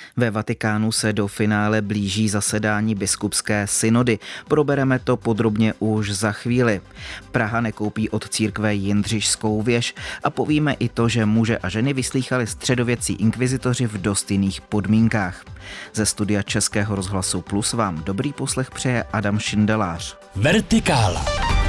Ve Vatikánu se do finále blíží zasedání biskupské synody. Probereme to podrobně už za chvíli. Praha nekoupí od církve Jindřišskou věž a povíme i to, že muže a ženy vyslýchali středověcí inkvizitoři v dost jiných podmínkách. Ze studia Českého rozhlasu Plus vám dobrý poslech přeje Adam Šindelář. Vertikála.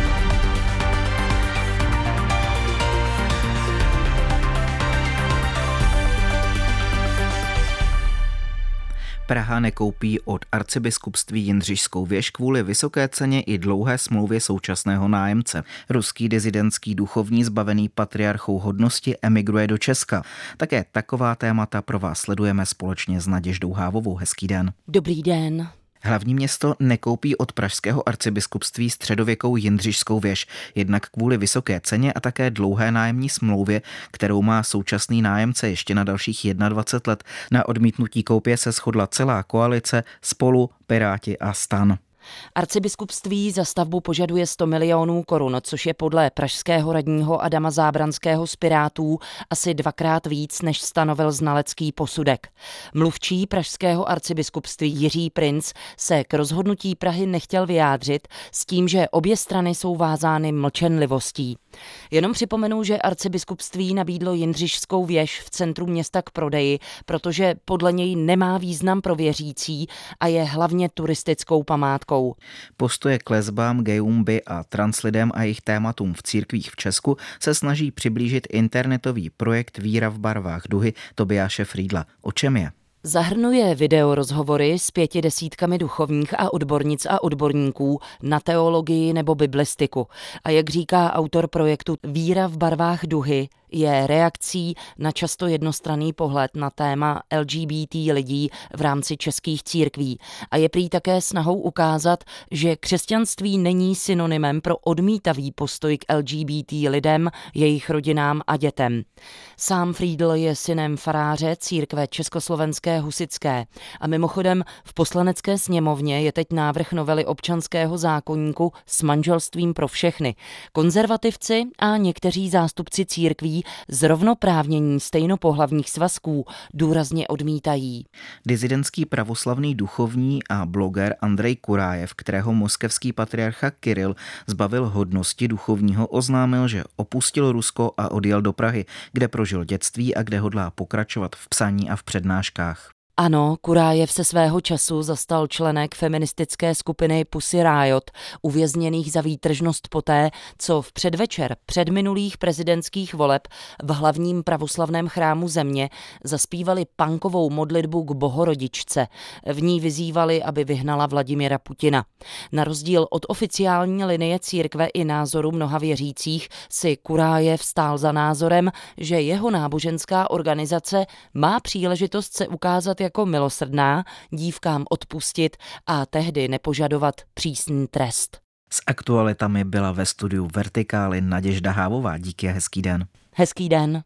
Praha nekoupí od arcibiskupství Jindřišskou věž kvůli vysoké ceně i dlouhé smlouvě současného nájemce. Ruský dizidentský duchovní zbavený patriarchou hodnosti emigruje do Česka. Také taková témata pro vás sledujeme společně s Naděždou Hávovou. Hezký den. Dobrý den. Hlavní město nekoupí od pražského arcibiskupství středověkou Jindřišskou věž, jednak kvůli vysoké ceně a také dlouhé nájemní smlouvě, kterou má současný nájemce ještě na dalších 21 let. Na odmítnutí koupě se shodla celá koalice Spolu, Piráti a STAN. Arcibiskupství za stavbu požaduje 100 milionů korun, což je podle pražského radního Adama Zábranského z Pirátů asi dvakrát víc, než stanovil znalecký posudek. Mluvčí pražského arcibiskupství Jiří Princ se k rozhodnutí Prahy nechtěl vyjádřit s tím, že obě strany jsou vázány mlčenlivostí. Jenom připomenu, že arcibiskupství nabídlo Jindřišskou věž v centru města k prodeji, protože podle něj nemá význam pro věřící a je hlavně turistickou památkou. Postoje k lesbám, gayům, bi a translidem a jejich tématům v církvích v Česku se snaží přiblížit internetový projekt Víra v barvách duhy Tobiáše Friedla. O čem je? Zahrnuje videorozhovory s 50 duchovních a odbornic a odborníků na teologii nebo biblistiku. A jak říká autor projektu Víra v barvách duhy, je reakcí na často jednostranný pohled na téma LGBT lidí v rámci českých církví a je prý také snahou ukázat, že křesťanství není synonymem pro odmítavý postoj k LGBT lidem, jejich rodinám a dětem. Sám Friedl je synem faráře církve Československé husitské a mimochodem v Poslanecké sněmovně je teď návrh novely občanského zákoníku s manželstvím pro všechny. Konzervativci a někteří zástupci církví zrovnoprávnění stejnopohlavních svazků důrazně odmítají. Dizidentský pravoslavný duchovní a bloger Andrej Kurájev, kterého moskevský patriarcha Kiril zbavil hodnosti duchovního, oznámil, že opustil Rusko a odjel do Prahy, kde prožil dětství a kde hodlá pokračovat v psaní a v přednáškách. Ano, Kurájev se svého času zastal členek feministické skupiny Pussy Riot, uvězněných za výtržnost poté, co v předvečer předminulých prezidentských voleb v hlavním pravoslavném chrámu země zaspívali punkovou modlitbu k Bohorodičce. V ní vyzývali, aby vyhnala Vladimira Putina. Na rozdíl od oficiální linie církve i názoru mnoha věřících si Kurájev stál za názorem, že jeho náboženská organizace má příležitost se ukázat jako milosrdná, dívkám odpustit a tehdy nepožadovat přísný trest. S aktualitami byla ve studiu Vertikály Naděžda Hávová. Díky a hezký den. Hezký den.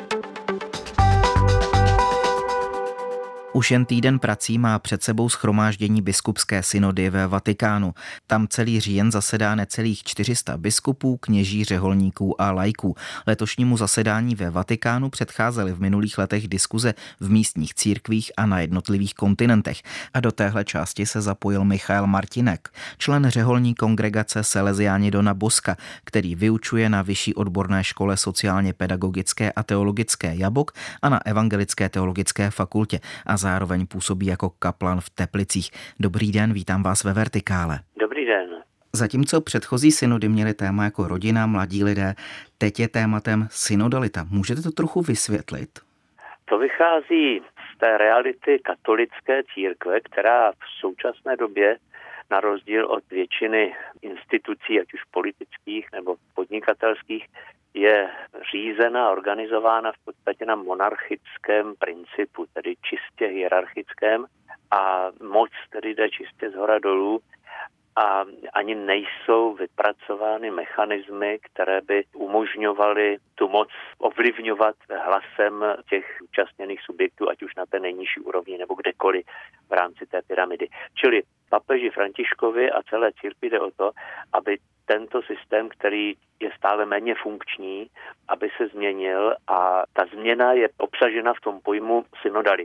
Už jen týden prací má před sebou shromáždění biskupské synody ve Vatikánu. Tam celý říjen zasedá necelých 400 biskupů, kněží, řeholníků a laiků. Letošnímu zasedání ve Vatikánu předcházely v minulých letech diskuze v místních církvích a na jednotlivých kontinentech. A do téhle části se zapojil Michael Martinek, člen řeholní kongregace Salesiáni Dona Bosca, který vyučuje na Vyšší odborné škole sociálně pedagogické a teologické Jabok a na Evangelické teologické fakultě a zároveň působí jako kaplan v Teplicích. Dobrý den, vítám vás ve Vertikále. Dobrý den. Zatímco předchozí synody měly téma jako rodina, mladí lidé, teď je tématem synodalita. Můžete to trochu vysvětlit? To vychází z té reality katolické církve, která v současné době na rozdíl od většiny institucí, ať už politických nebo podnikatelských, je řízena, organizována v podstatě na monarchickém principu, tedy čistě hierarchickém a moc tedy jde čistě zhora dolů a ani nejsou vypracovány mechanismy, které by umožňovaly tu moc ovlivňovat hlasem těch účastněných subjektů, ať už na té nejnižší úrovni nebo kdekoliv v rámci té pyramidy. Čili papeži Františkovi a celé církvi jde o to, aby tento systém, který je stále méně funkční, aby se změnil a ta změna je obsažena v tom pojmu synodalita.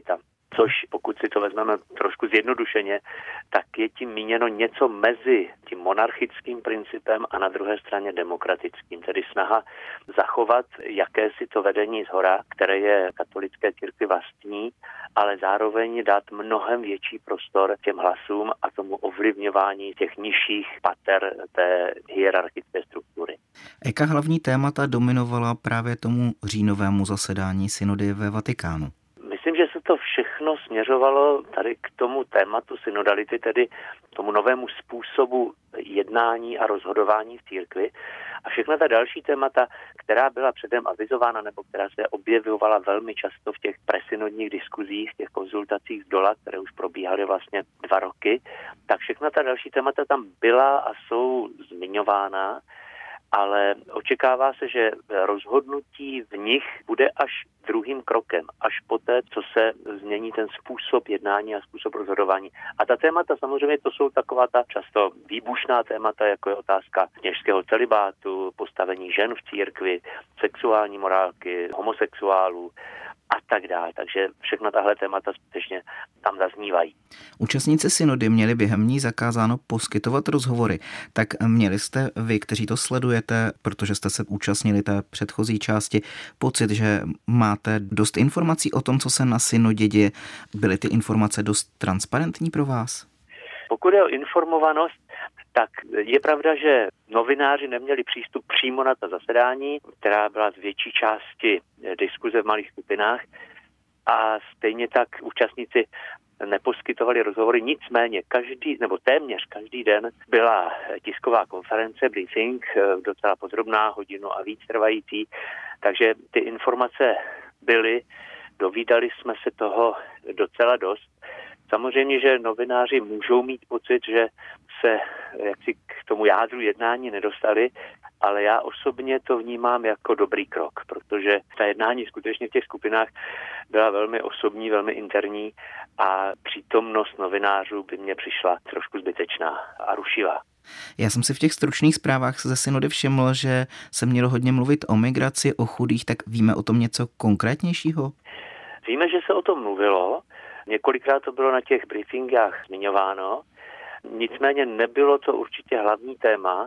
což pokud si to vezmeme trošku zjednodušeně, tak je tím míněno něco mezi tím monarchickým principem a na druhé straně demokratickým, tedy snaha zachovat jakési to vedení zhora, které je katolické církvi vlastní, ale zároveň dát mnohem větší prostor těm hlasům a tomu ovlivňování těch nižších pater té hierarchické struktury. Jaká hlavní témata dominovala právě tomu říjnovému zasedání synody ve Vatikánu? Myslím, že se to všechno směřovalo tady k tomu tématu synodality, tedy tomu novému způsobu jednání a rozhodování v církvi. A všechna ta další témata, která byla předem avizována nebo která se objevovala velmi často v těch presynodních diskuzích, v těch konzultacích z dola, které už probíhaly vlastně 2 roky, tak všechna ta další témata tam byla a jsou zmiňována, ale očekává se, že rozhodnutí v nich bude až druhým krokem, až poté, co se změní ten způsob jednání a způsob rozhodování. A ta témata samozřejmě to jsou taková ta často výbušná témata, jako je otázka kněžského celibátu, postavení žen v církvi, sexuální morálky, homosexuálů a tak dále. Takže všechna tahle témata skutečně tam zaznívají. Účastníci synody měli během ní zakázáno poskytovat rozhovory. Tak měli jste vy, kteří to sledujete, protože jste se účastnili té předchozí části, pocit, že máte dost informací o tom, co se na synodě děje? Byly ty informace dost transparentní pro vás? Pokud je o informovanost, tak je pravda, že novináři neměli přístup přímo na ta zasedání, která byla z větší části diskuze v malých skupinách a stejně tak účastníci neposkytovali rozhovory, nicméně téměř každý den byla tisková konference, briefing, docela podrobná, hodinu a víc trvající, takže ty informace byly, dovídali jsme se toho docela dost. Samozřejmě, že novináři můžou mít pocit, že se jaksi k tomu jádru jednání nedostali, ale já osobně to vnímám jako dobrý krok, protože ta jednání skutečně v těch skupinách byla velmi osobní, velmi interní a přítomnost novinářů by mně přišla trošku zbytečná a rušivá. Já jsem si v těch stručných zprávách ze synody všiml, že se mělo hodně mluvit o migraci, o chudých, tak víme o tom něco konkrétnějšího? Víme, že se o tom mluvilo, několikrát to bylo na těch briefingách zmiňováno, nicméně nebylo to určitě hlavní téma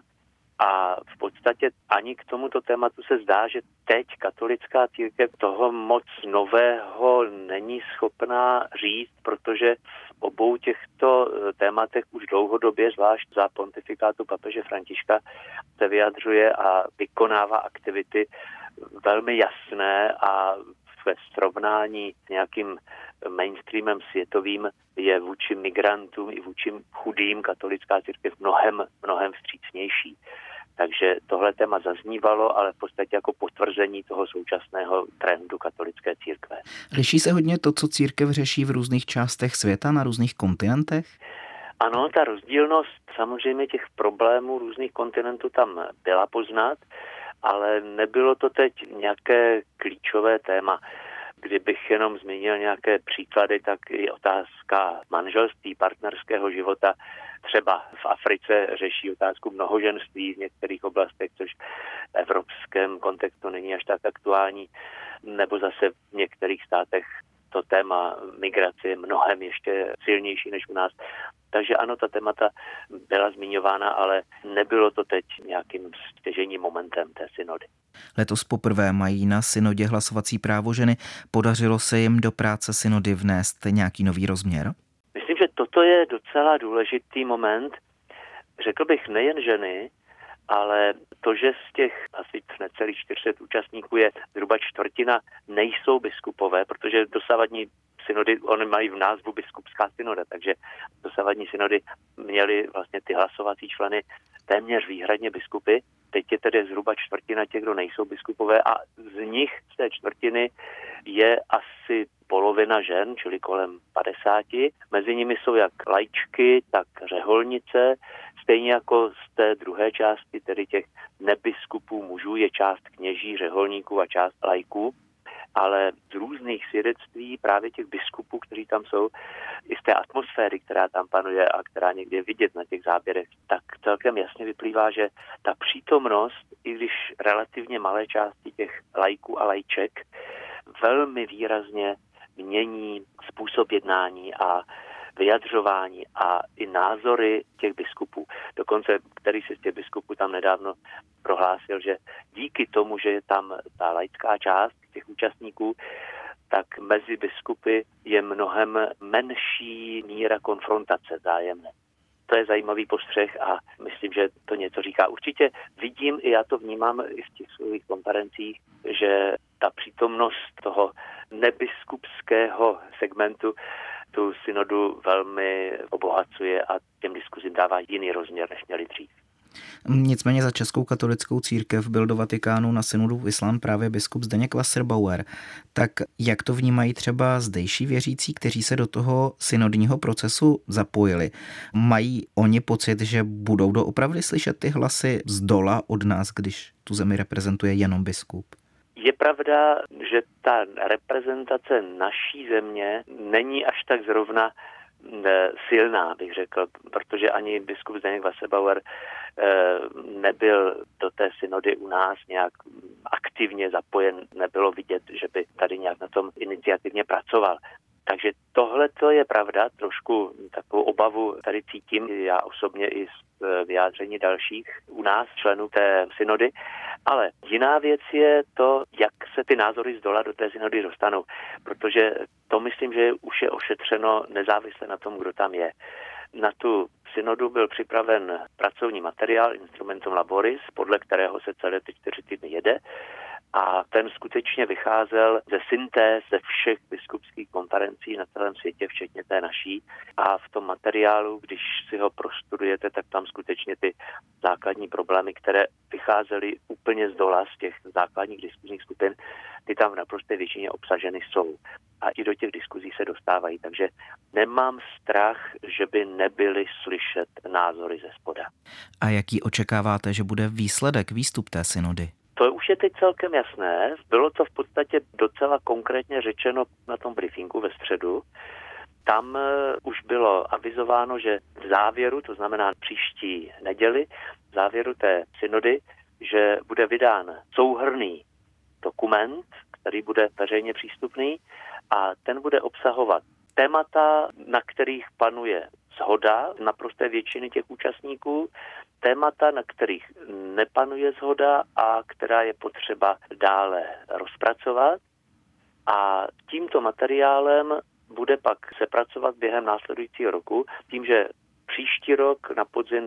a v podstatě ani k tomuto tématu se zdá, že teď katolická církev toho moc nového není schopná říct, protože v obou těchto tématech už dlouhodobě, zvlášť za pontifikátu papeže Františka, se vyjadřuje a vykonává aktivity velmi jasné a ve srovnání s nějakým mainstreamem světovým je vůči migrantům i vůči chudým katolická církev mnohem vstřícnější. Takže tohle téma zaznívalo, ale v podstatě jako potvrzení toho současného trendu katolické církve. Liší se hodně to, co církev řeší v různých částech světa, na různých kontinentech? Ano, ta rozdílnost samozřejmě těch problémů různých kontinentů tam byla poznat, ale nebylo to teď nějaké klíčové téma. Kdybych jenom zmínil nějaké příklady, tak je otázka manželství, partnerského života. Třeba v Africe řeší otázku mnohoženství v některých oblastech, což v evropském kontextu není až tak aktuální, nebo zase v některých státech to téma migrace je mnohem ještě silnější než u nás. Takže ano, ta témata byla zmiňována, ale nebylo to teď nějakým stěžejním momentem té synody. Letos poprvé mají na synodě hlasovací právo ženy. Podařilo se jim do práce synody vnést nějaký nový rozměr? Myslím, že toto je docela důležitý moment. Řekl bych nejen ženy, ale to, že z těch asi necelých 400 účastníků je zhruba čtvrtina, nejsou biskupové, protože dosavadní synody, oni mají v názvu biskupská synoda, takže dosavadní synody měly vlastně ty hlasovací členy téměř výhradně biskupy. Teď je tedy zhruba čtvrtina těch, kdo nejsou biskupové a z nich, z té čtvrtiny, je asi polovina žen, čili kolem 50. Mezi nimi jsou jak laičky, tak řeholnice, stejně jako z té druhé části, tedy těch nebiskupů mužů, je část kněží, řeholníků a část laiků. Ale z různých svědectví právě těch biskupů, kteří tam jsou, i z té atmosféry, která tam panuje a která někdy je vidět na těch záběrech, tak celkem jasně vyplývá, že ta přítomnost, i když relativně malé části těch laiků a laiček, velmi výrazně mění způsob jednání a vyjadřování a i názory těch biskupů. Dokonce, který si z těch biskupů tam nedávno prohlásil, že díky tomu, že je tam ta laická část těch účastníků, tak mezi biskupy je mnohem menší míra konfrontace vzájemné. To je zajímavý postřeh a myslím, že to něco říká. Určitě vidím, i já to vnímám i v těch svých konferencích, že ta přítomnost toho nebiskupského segmentu tu synodu velmi obohacuje a těm diskuzím dává jiný rozměr, než měli dřív. Nicméně za Českou katolickou církev byl do Vatikánu na synodu vyslán právě biskup Zdeněk Wasserbauer. Tak jak to vnímají třeba zdejší věřící, kteří se do toho synodního procesu zapojili? Mají oni pocit, že budou doopravdy slyšet ty hlasy zdola od nás, když tu zemi reprezentuje jenom biskup? Je pravda, že ta reprezentace naší země není až tak zrovna silná, bych řekl, protože ani biskup Zdeněk Wasserbauer nebyl do té synody u nás nějak aktivně zapojen, nebylo vidět, že by tady nějak na tom iniciativně pracoval. Takže tohle to je pravda, trošku takovou obavu tady cítím, já osobně i z vyjádření dalších u nás, členů té synody. Ale jiná věc je to, jak se ty názory zdola do té synody dostanou, protože to myslím, že už je ošetřeno nezávisle na tom, kdo tam je. Na tu synodu byl připraven pracovní materiál Instrumentum Laboris, podle kterého se celé ty 4 týdny jede. A ten skutečně vycházel ze syntéz ze všech biskupských konferencí na celém světě, včetně té naší. A v tom materiálu, když si ho prostudujete, tak tam skutečně ty základní problémy, které vycházely úplně z dola z těch základních diskuzních skupin, ty tam v naprosté většině obsaženy jsou. A i do těch diskuzí se dostávají. Takže nemám strach, že by nebyly slyšet názory ze spoda. A jaký očekáváte, že bude výstup té synody? To už je teď celkem jasné. Bylo to v podstatě docela konkrétně řečeno na tom briefingu ve středu. Tam už bylo avizováno, že v závěru, to znamená příští neděli, v závěru té synody, že bude vydán souhrnný dokument, který bude veřejně přístupný a ten bude obsahovat témata, na kterých panuje shoda naprosté většiny těch účastníků, témata, na kterých nepanuje shoda a která je potřeba dále rozpracovat. A tímto materiálem bude pak se pracovat během následujícího roku, tím, že příští rok na podzim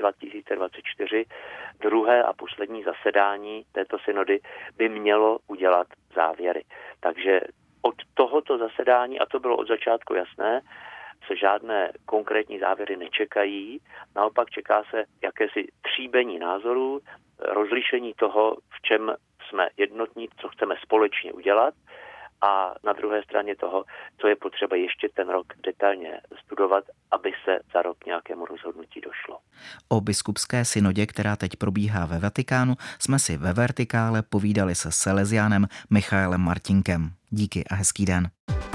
2024 druhé a poslední zasedání této synody by mělo udělat závěry. Takže od tohoto zasedání, a to bylo od začátku jasné, se žádné konkrétní závěry nečekají, naopak čeká se jakési tříbení názorů, rozlišení toho, v čem jsme jednotní, co chceme společně udělat a na druhé straně toho, co je potřeba ještě ten rok detailně studovat, aby se za rok nějakému rozhodnutí došlo. O biskupské synodě, která teď probíhá ve Vatikánu, jsme si ve Vertikále povídali se saleziánem Michaelem Martinkem. Díky a hezký den.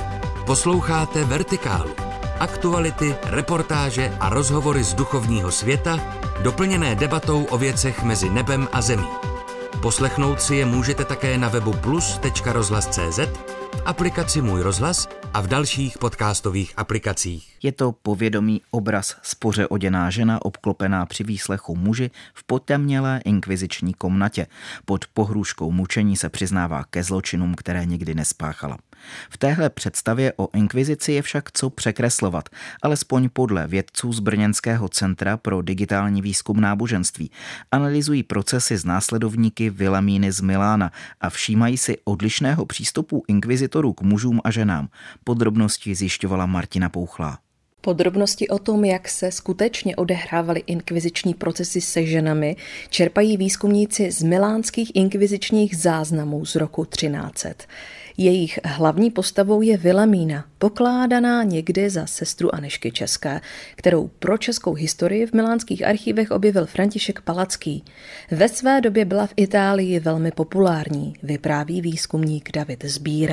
Posloucháte Vertikálu. Aktuality, reportáže a rozhovory z duchovního světa, doplněné debatou o věcech mezi nebem a zemí. Poslechnout si je můžete také na webu plus.rozhlas.cz, v aplikaci Můj rozhlas a v dalších podcastových aplikacích. Je to povědomý obraz spoře oděná žena obklopená při výslechu muži v potemnělé inkviziční komnatě. Pod pohrůžkou mučení se přiznává ke zločinům, které nikdy nespáchala. V téhle představě o inkvizici je však co překreslovat, alespoň podle vědců z Brněnského centra pro digitální výzkum náboženství. Analyzují procesy s následovníky Vilamíny z Milána a všímají si odlišného přístupu inkvizitorů k mužům a ženám. Podrobnosti zjišťovala Martina Pouchlá. Podrobnosti o tom, jak se skutečně odehrávaly inkviziční procesy se ženami, čerpají výzkumníci z milánských inkvizičních záznamů z roku 1300. Jejich hlavní postavou je Vilamína, pokládaná někdy za sestru Anežky České, kterou pro českou historii v milánských archívech objevil František Palacký. Ve své době byla v Itálii velmi populární, vypráví výzkumník David Sbíral.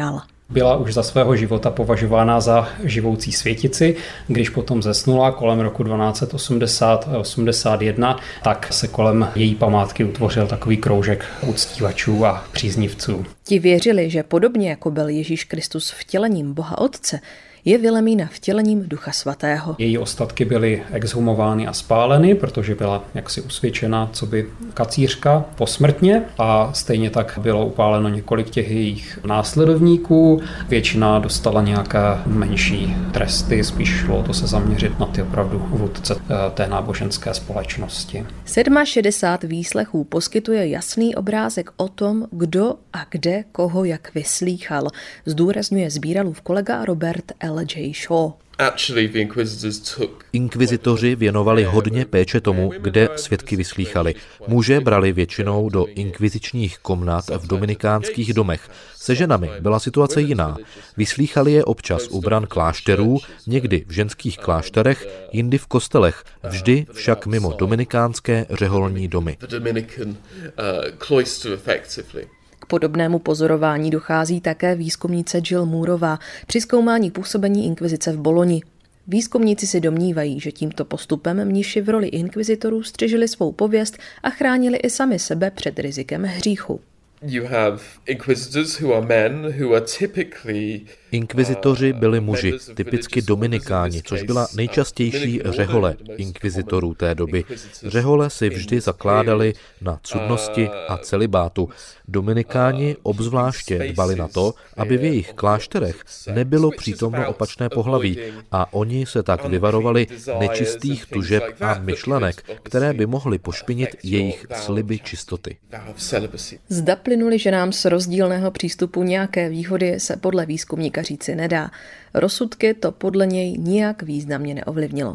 Byla už za svého života považována za živoucí světici. Když potom zesnula kolem roku 1280-81, tak se kolem její památky utvořil takový kroužek uctívačů a příznivců. Ti věřili, že podobně jako byl Ježíš Kristus vtělením Boha Otce, je Vilemína vtělením Ducha Svatého. Její ostatky byly exhumovány a spáleny, protože byla jaksi usvědčena coby kacířka posmrtně a stejně tak bylo upáleno několik těch jejich následovníků. Většina dostala nějaké menší tresty, spíš šlo to se zaměřit na ty opravdu vůdce té náboženské společnosti. 67 výslechů poskytuje jasný obrázek o tom, kdo a kde koho jak vyslýchal, zdůrazňuje sbíralův kolega Robert L.J. Shaw. Inkvizitoři věnovali hodně péče tomu, kde svědky vyslýchali. Muže brali většinou do inkvizičních komnat v dominikánských domech. Se ženami byla situace jiná. Vyslýchali je občas u bran klášterů, někdy v ženských klášterech, jindy v kostelech, vždy však mimo dominikánské řeholní domy. K podobnému pozorování dochází také výzkumnice Jill Moorová při zkoumání působení inkvizice v Boloni. Výzkumníci si domnívají, že tímto postupem mniši v roli inkvizitorů střežili svou pověst a chránili i sami sebe před rizikem hříchu. Inkvizitoři byli muži, typicky dominikáni, což byla nejčastější řehole inkvizitorů té doby. Řehole si vždy zakládali na cudnosti a celibátu. Dominikáni obzvláště dbali na to, aby v jejich klášterech nebylo přítomno opačné pohlaví a oni se tak vyvarovali nečistých tužeb a myšlenek, které by mohly pošpinit jejich sliby čistoty. Zda plynuli ženám z rozdílného přístupu nějaké výhody, se podle výzkumníka říci nedá. Rozsudky to podle něj nijak významně neovlivnilo.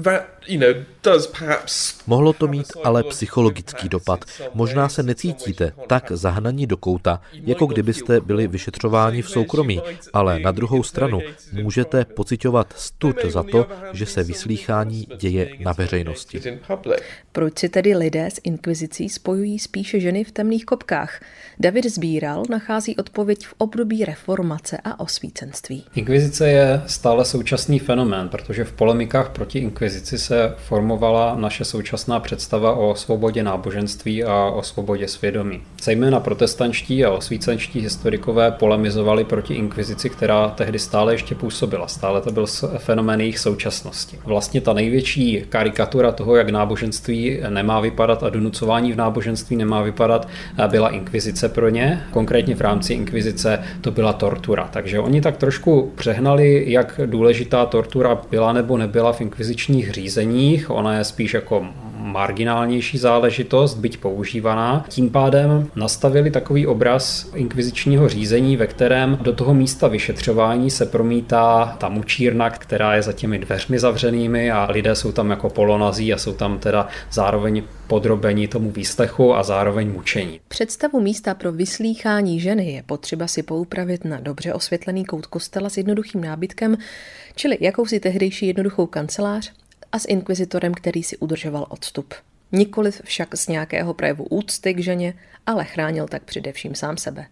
Mohlo to mít ale psychologický dopad. Možná se necítíte tak zahnaní do kouta, jako kdybyste byli vyšetřováni v soukromí, ale na druhou stranu můžete pociťovat stud za to, že se vyslýchání děje na veřejnosti. Proč si tedy lidé s inkvizicí spojují spíše ženy v temných kopkách? David Sbíral nachází odpověď v období reformace a osvícenství. Inkvizice je stále současný fenomén, protože v polemikách proti inkvizici se formovala naše současná představa o svobodě náboženství a o svobodě svědomí. Zejména protestančtí a osvícenští historikové polemizovali proti inkvizici, která tehdy stále ještě působila. Stále to byl fenomén jejich současnosti. Vlastně ta největší karikatura toho, jak náboženství nemá vypadat a donucování v náboženství nemá vypadat, byla inkvizice pro ně. Konkrétně v rámci inkvizice to byla tortura. Takže oni tak trošku přehnali, jak důležitá tortura byla nebo nebyla v inkvizičních řízeních. Ona je spíš jako marginálnější záležitost, byť používaná. Tím pádem nastavili takový obraz inkvizičního řízení, ve kterém do toho místa vyšetřování se promítá ta mučírna, která je za těmi dveřmi zavřenými a lidé jsou tam jako polonazí a jsou tam teda zároveň podrobení tomu výslechu a zároveň mučení. Představu místa pro vyslýchání ženy je potřeba si poupravit na dobře osvětlený kout kostela s jednoduchým nábytkem, čili jakousi tehdejší jednoduchou kancelář a s inkvizitorem, který si udržoval odstup. Nikoliv však z nějakého projevu úcty k ženě, ale chránil tak především sám sebe.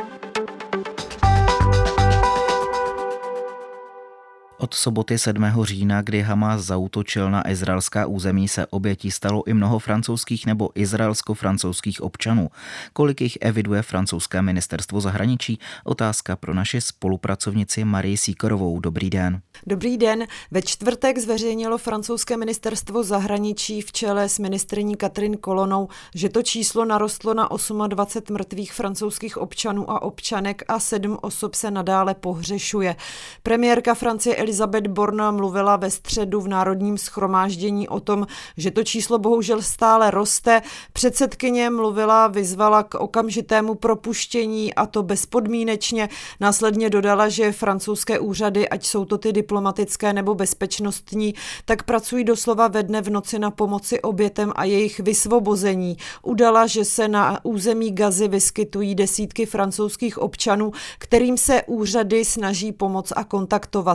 Od soboty 7. října, kdy Hamas zaútočil na izraelská území, se obětí stalo i mnoho francouzských nebo izraelsko-francouzských občanů. Kolik jich eviduje francouzské ministerstvo zahraničí? Otázka pro naši spolupracovnici Marii Sýkorovou. Dobrý den. Dobrý den. Ve čtvrtek zveřejnilo francouzské ministerstvo zahraničí v čele s ministryní Catherine Colonnou, že to číslo narostlo na 28 mrtvých francouzských občanů a občanek a 7 osob se nadále pohřešuje. Premiérka Francie Elisabeth Borne mluvila ve středu v Národním shromáždění o tom, že to číslo bohužel stále roste. Předsedkyně vyzvala k okamžitému propuštění a to bezpodmínečně. Následně dodala, že francouzské úřady, ať jsou to ty diplomatické nebo bezpečnostní, tak pracují doslova ve dne v noci na pomoci obětem a jejich vysvobození. Udala, že se na území Gazy vyskytují desítky francouzských občanů, kterým se úřady snaží pomoct a kontaktovat je.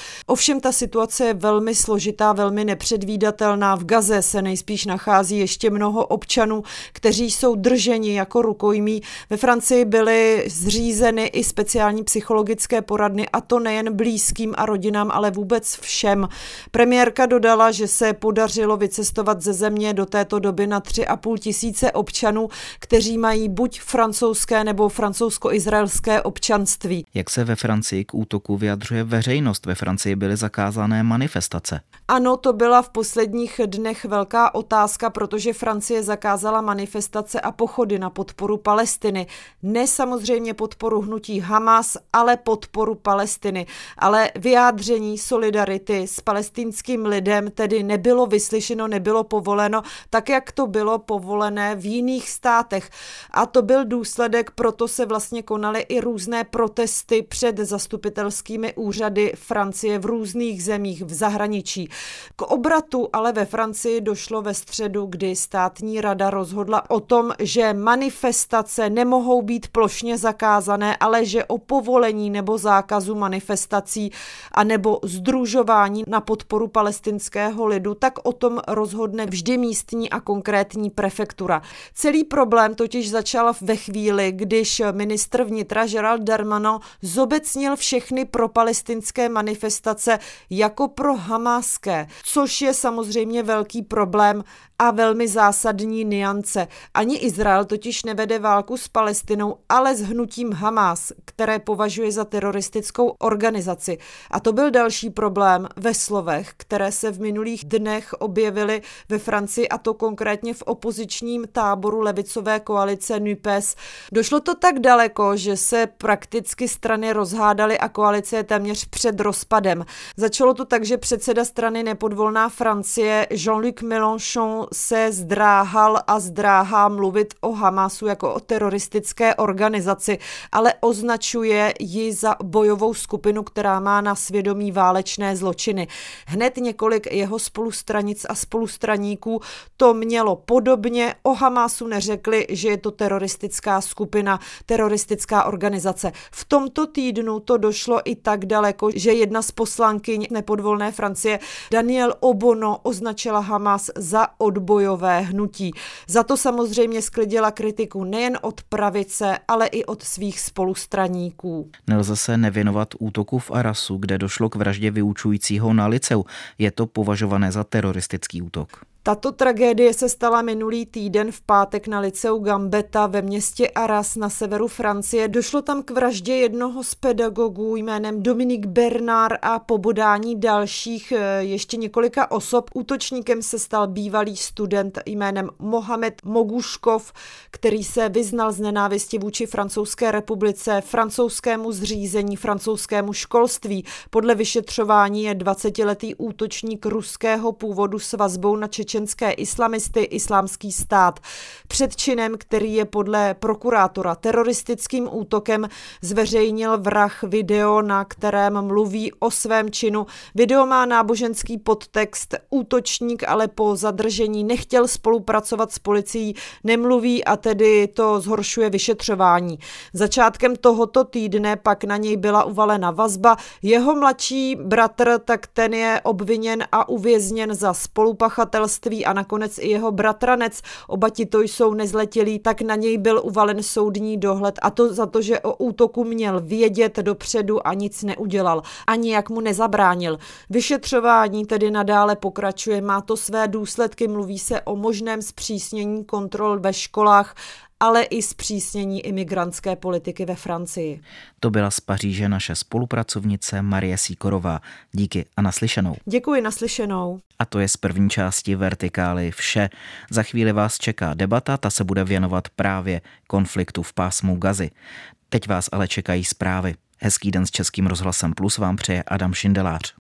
Ovšem ta situace je velmi složitá, velmi nepředvídatelná. V Gaze se nejspíš nachází ještě mnoho občanů, kteří jsou drženi jako rukojmí. Ve Francii byly zřízeny i speciální psychologické poradny, a to nejen blízkým a rodinám, ale vůbec všem. Premiérka dodala, že se podařilo vycestovat ze země do této doby na 3,5 tisíce občanů, kteří mají buď francouzské nebo francouzsko-izraelské občanství. Jak se ve Francii k útoku vyjadřuje veřejnost? Ve Francii byly zakázané manifestace. Ano, to byla v posledních dnech velká otázka, protože Francie zakázala manifestace a pochody na podporu Palestiny. Ne samozřejmě podporu hnutí Hamas, ale podporu Palestiny. Ale vyjádření solidarity s palestinským lidem tedy nebylo vyslyšeno, nebylo povoleno, tak jak to bylo povolené v jiných státech. A to byl důsledek, proto se vlastně konaly i různé protesty před zastupitelskými úřady Francie v různých zemích v zahraničí. K obratu ale ve Francii došlo ve středu, kdy státní rada rozhodla o tom, že manifestace nemohou být plošně zakázané, ale že o povolení nebo zákazu manifestací a nebo sdružování na podporu palestinského lidu, tak o tom rozhodne vždy místní a konkrétní prefektura. Celý problém totiž začal ve chvíli, když ministr vnitra Gérald Darmanin zobecnil všechny propalestinské manifestace jako pro hamáské, což je samozřejmě velký problém a velmi zásadní nuance. Ani Izrael totiž nevede válku s Palestinou, ale s hnutím Hamas, které považuje za teroristickou organizaci. A to byl další problém ve slovech, které se v minulých dnech objevily ve Francii, a to konkrétně v opozičním táboru levicové koalice NUPES. Došlo to tak daleko, že se prakticky strany rozhádaly a koalice je téměř před rozpadem. Začalo to tak, že předseda strany Nepodvolná Francie Jean-Luc Mélenchon se zdráhal a zdráhá mluvit o Hamasu jako o teroristické organizaci, ale označuje ji za bojovou skupinu, která má na svědomí válečné zločiny. Hned několik jeho spolustranic a spolustraníků to mělo podobně. O Hamasu neřekli, že je to teroristická skupina, teroristická organizace. V tomto týdnu to došlo i tak daleko, že jedna z poslankyň Nepodvolné Francie, Danielle Obono, označila Hamas za odbojové hnutí. Za to samozřejmě sklidila kritiku nejen od pravice, ale i od svých spolustraníků. Nelze se nevěnovat útoku v Arrasu, kde došlo k vraždě vyučujícího na lyceu. Je to považované za teroristický útok. Tato tragédie se stala minulý týden v pátek na lyceu Gambetta ve městě Arras na severu Francie. Došlo tam k vraždě jednoho z pedagogů jménem Dominique Bernard a pobodání dalších ještě několika osob. Útočníkem se stal bývalý student jménem Mohamed Moguškov, který se vyznal z nenávisti vůči Francouzské republice, francouzskému zřízení, francouzskému školství. Podle vyšetřování je 20letý útočník ruského původu s vazbou na čečenské islamisty Islámský stát. Před činem, který je podle prokurátora teroristickým útokem, zveřejnil vrah video, na kterém mluví o svém činu. Video má náboženský podtext. Útočník ale po zadržení nechtěl spolupracovat s policií, nemluví a tedy to zhoršuje vyšetřování. Začátkem tohoto týdne pak na něj byla uvalena vazba. Jeho mladší bratr, tak ten je obviněn a uvězněn za spolupachatelství a nakonec i jeho bratranec. Oba tito jsou nezletilí, tak na něj byl uvalen soudní dohled, a to za to, že o útoku měl vědět dopředu a nic neudělal. Ani jak mu nezabránil. Vyšetřování tedy nadále pokračuje, má to své důsledky, mluví se o možném zpřísnění kontrol ve školách, ale i zpřísnění imigrantské politiky ve Francii. To byla z Paříže naše spolupracovnice Marie Sýkorová. Díky a naslyšenou. Děkuji, naslyšenou. A to je z první části Vertikály vše. Za chvíli vás čeká debata, ta se bude věnovat právě konfliktu v pásmu Gazy. Teď vás ale čekají zprávy. Hezký den s Českým rozhlasem Plus vám přeje Adam Šindelář.